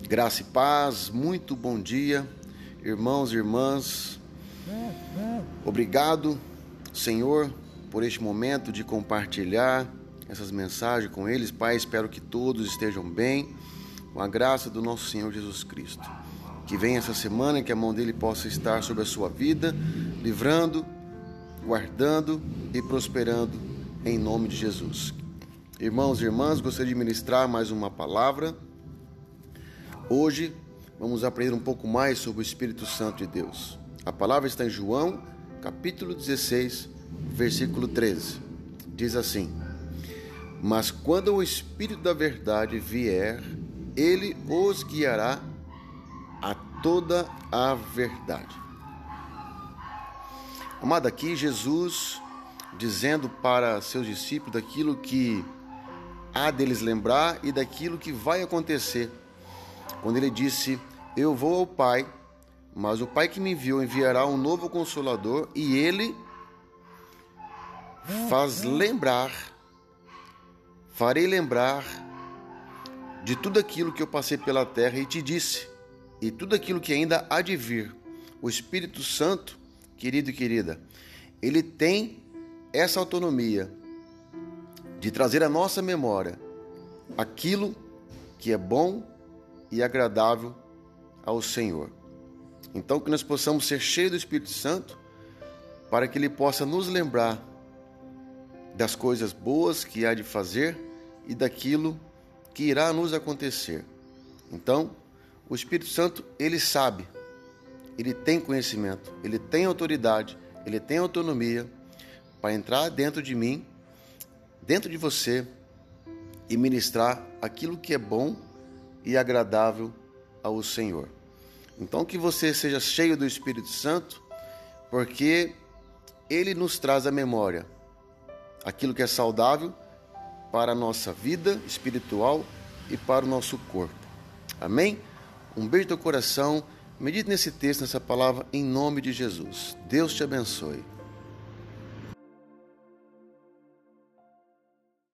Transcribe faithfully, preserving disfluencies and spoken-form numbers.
Graça e paz, muito bom dia, irmãos e irmãs. Obrigado, Senhor, por este momento de compartilhar essas mensagens com eles. Pai, espero que todos estejam bem, com a graça do nosso Senhor Jesus Cristo. Que venha essa semana, que a mão dele possa estar sobre a sua vida, livrando, guardando e prosperando em nome de Jesus. Irmãos e irmãs, gostaria de ministrar mais uma palavra. Hoje vamos aprender um pouco mais sobre o Espírito Santo de Deus. A palavra está em João, capítulo dezesseis, versículo treze. Diz assim: Mas quando o Espírito da verdade vier, ele os guiará a toda a verdade. Amado, aqui Jesus dizendo para seus discípulos daquilo que há deles lembrar e daquilo que vai acontecer. Quando ele disse: Eu vou ao Pai, mas o Pai que me enviou enviará um novo Consolador, e ele faz lembrar, farei lembrar de tudo aquilo que eu passei pela terra e te disse, e tudo aquilo que ainda há de vir. O Espírito Santo, querido e querida, ele tem essa autonomia de trazer à nossa memória aquilo que é bom e agradável ao Senhor. Então, que nós possamos ser cheios do Espírito Santo para que ele possa nos lembrar das coisas boas que há de fazer e daquilo que irá nos acontecer. Então, o Espírito Santo, ele sabe, ele tem conhecimento, ele tem autoridade, ele tem autonomia para entrar dentro de mim, dentro de você e ministrar aquilo que é bom e agradável ao Senhor. Então, que você seja cheio do Espírito Santo, porque ele nos traz à memória aquilo que é saudável para a nossa vida espiritual e para o nosso corpo. Amém? Um beijo no teu coração. Medite nesse texto, nessa palavra, em nome de Jesus. Deus te abençoe.